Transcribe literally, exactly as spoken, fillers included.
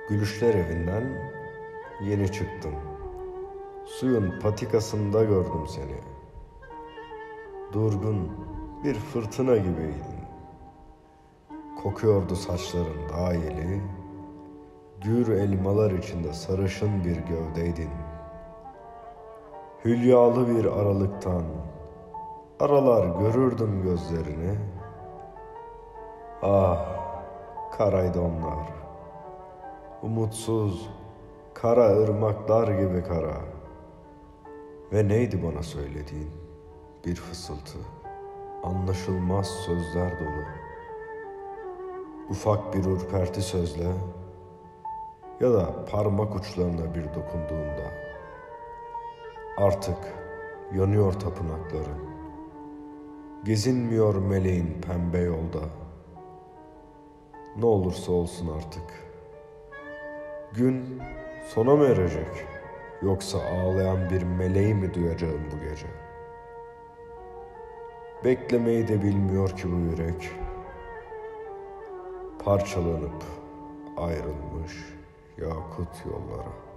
Gülüşler evinden yeni çıktın. Suyun patikasında gördüm seni. Durgun bir fırtına gibiydin. Kokuyordu saçların daha yeli. Gür elmalar içinde sarışın bir gövdeydin. Hülyalı bir aralıktan aralar görürdüm gözlerini. Ah, karaydı onlar. Umutsuz, kara ırmaklar gibi kara. Ve neydi bana söylediğin? Bir fısıltı, anlaşılmaz sözler dolu. Ufak bir ürperti sözle ya da parmak uçlarına bir dokunduğunda artık yanıyor tapınakların. Gezinmiyor meleğin pembe yolda. Ne olursa olsun artık. Gün sona mı erecek? Yoksa ağlayan bir meleği mi duyacağım bu gece? Beklemeyi de bilmiyor ki bu yürek. Parçalanıp ayrılmış yakut yollara.